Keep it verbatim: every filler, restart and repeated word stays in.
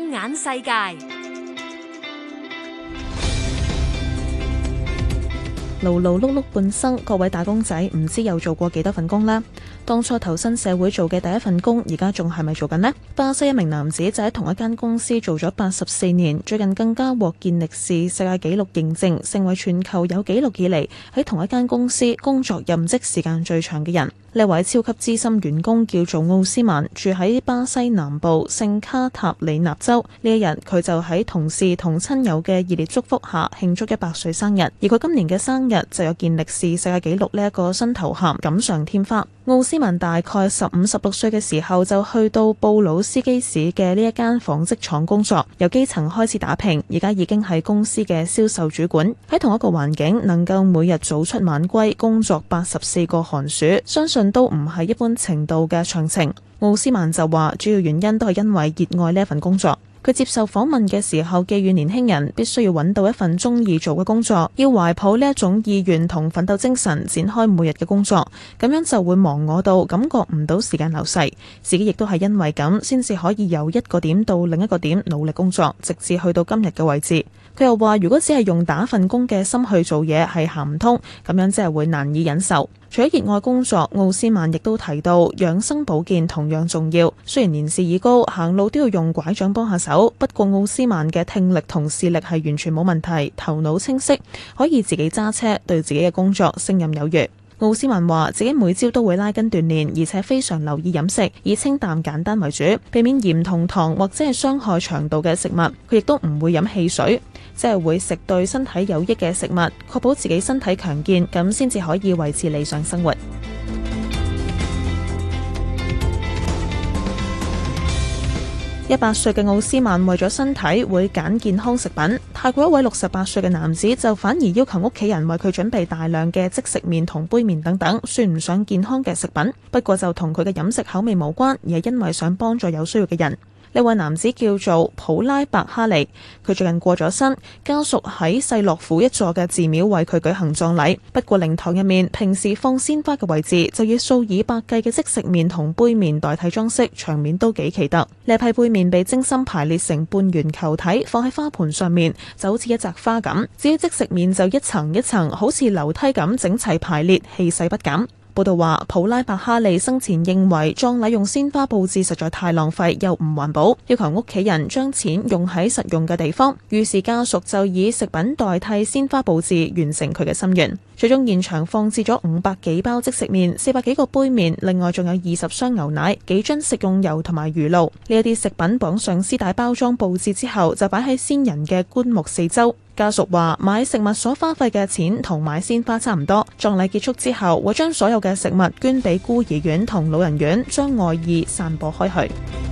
放眼世界， 勞勞碌碌半生，各位打工仔唔知又做過幾多份工呢？當初投身社會做嘅第一份工，而家仲係咪做緊呢？巴西一名男子就喺同一間公司做咗八十四年，最近更加獲健力士世界紀錄認證，成為全球有紀錄以嚟喺同一間公司工作任職時間最長嘅人。呢位超級資深員工叫做奧斯曼，住喺巴西南部聖卡塔里納州。呢一日佢就喺同事同親友嘅熱烈祝福下慶祝一百歲生日，而佢今年嘅生日就有健力士世界紀錄呢一個新頭銜錦上添花。奧斯曼大概十五十六歲嘅時候就去到布魯斯基市嘅呢一間紡織廠工作，由基層開始打拼，而家已經係公司嘅銷售主管。喺同一個環境，能夠每日早出晚歸，工作八十四個寒暑，相信都唔係一般程度嘅長情。奧斯曼就話，主要原因都係因為熱愛呢一份工作。佢接受訪問嘅時候，寄語年輕人必須要揾到一份中意做嘅工作，要懷抱呢一種意願同奮鬥精神，展開每日嘅工作，咁樣就會忘我到感覺唔到時間流逝。自己亦都係因為咁，先至可以由一個點到另一個點努力工作，直至去到今日嘅位置。佢又話，如果只係用打份工嘅心去做嘢，係行唔通，咁樣真係會難以忍受。除咗熱愛工作，奧斯曼亦都提到養生保健同樣重要。雖然年事已高，行路都要用拐杖幫下手，不過奧斯曼嘅聽力同視力係完全冇問題，頭腦清晰，可以自己揸車，對自己嘅工作勝任有餘。奧斯曼話自己每朝都會拉筋鍛煉，而且非常留意飲食，以清淡簡單為主，避免鹽同糖或者係傷害腸道嘅食物。佢亦都唔會飲汽水，即係會食對身體有益嘅食物，確保自己身體強健，咁先至可以維持理想生活。一百歲嘅奧斯曼為咗身體會揀健康食品。泰國一位六十八歲嘅男子就反而要求屋企人為佢準備大量嘅即食麵同杯麵等等，算唔上健康嘅食品，不過就同佢嘅飲食口味無關，而係因為想幫助有需要嘅人。呢位男子叫做普拉伯哈利，佢最近過咗身，家屬喺世樂府一座嘅寺廟為佢舉行葬禮。不過靈堂入面平時放鮮花嘅位置就以數以百計嘅即食麵同杯麵代替裝飾，場面都幾奇特。呢批杯麵被精心排列成半圓球體，放喺花盤上面，就好似一扎花咁。至於即食麵就一層一層，好似樓梯咁整齊排列，氣勢不減。報道話，普拉伯哈利生前認為葬禮用鮮花佈置實在太浪費又唔環保，要求屋企人將錢用喺實用嘅地方。於是家屬就以食品代替鮮花佈置，完成佢嘅心願。最終現場放置咗五百幾包即食麵、四百幾個杯麵，另外仲有二十箱牛奶、幾樽食用油同埋魚露。呢一啲食品綁上絲帶包裝佈置之後，就擺喺先人嘅棺木四周。家屬話買食物所花費嘅錢同買鮮花差唔多。葬禮結束之後，會將所有嘅食物捐俾孤兒院同老人院，將愛意散播開去。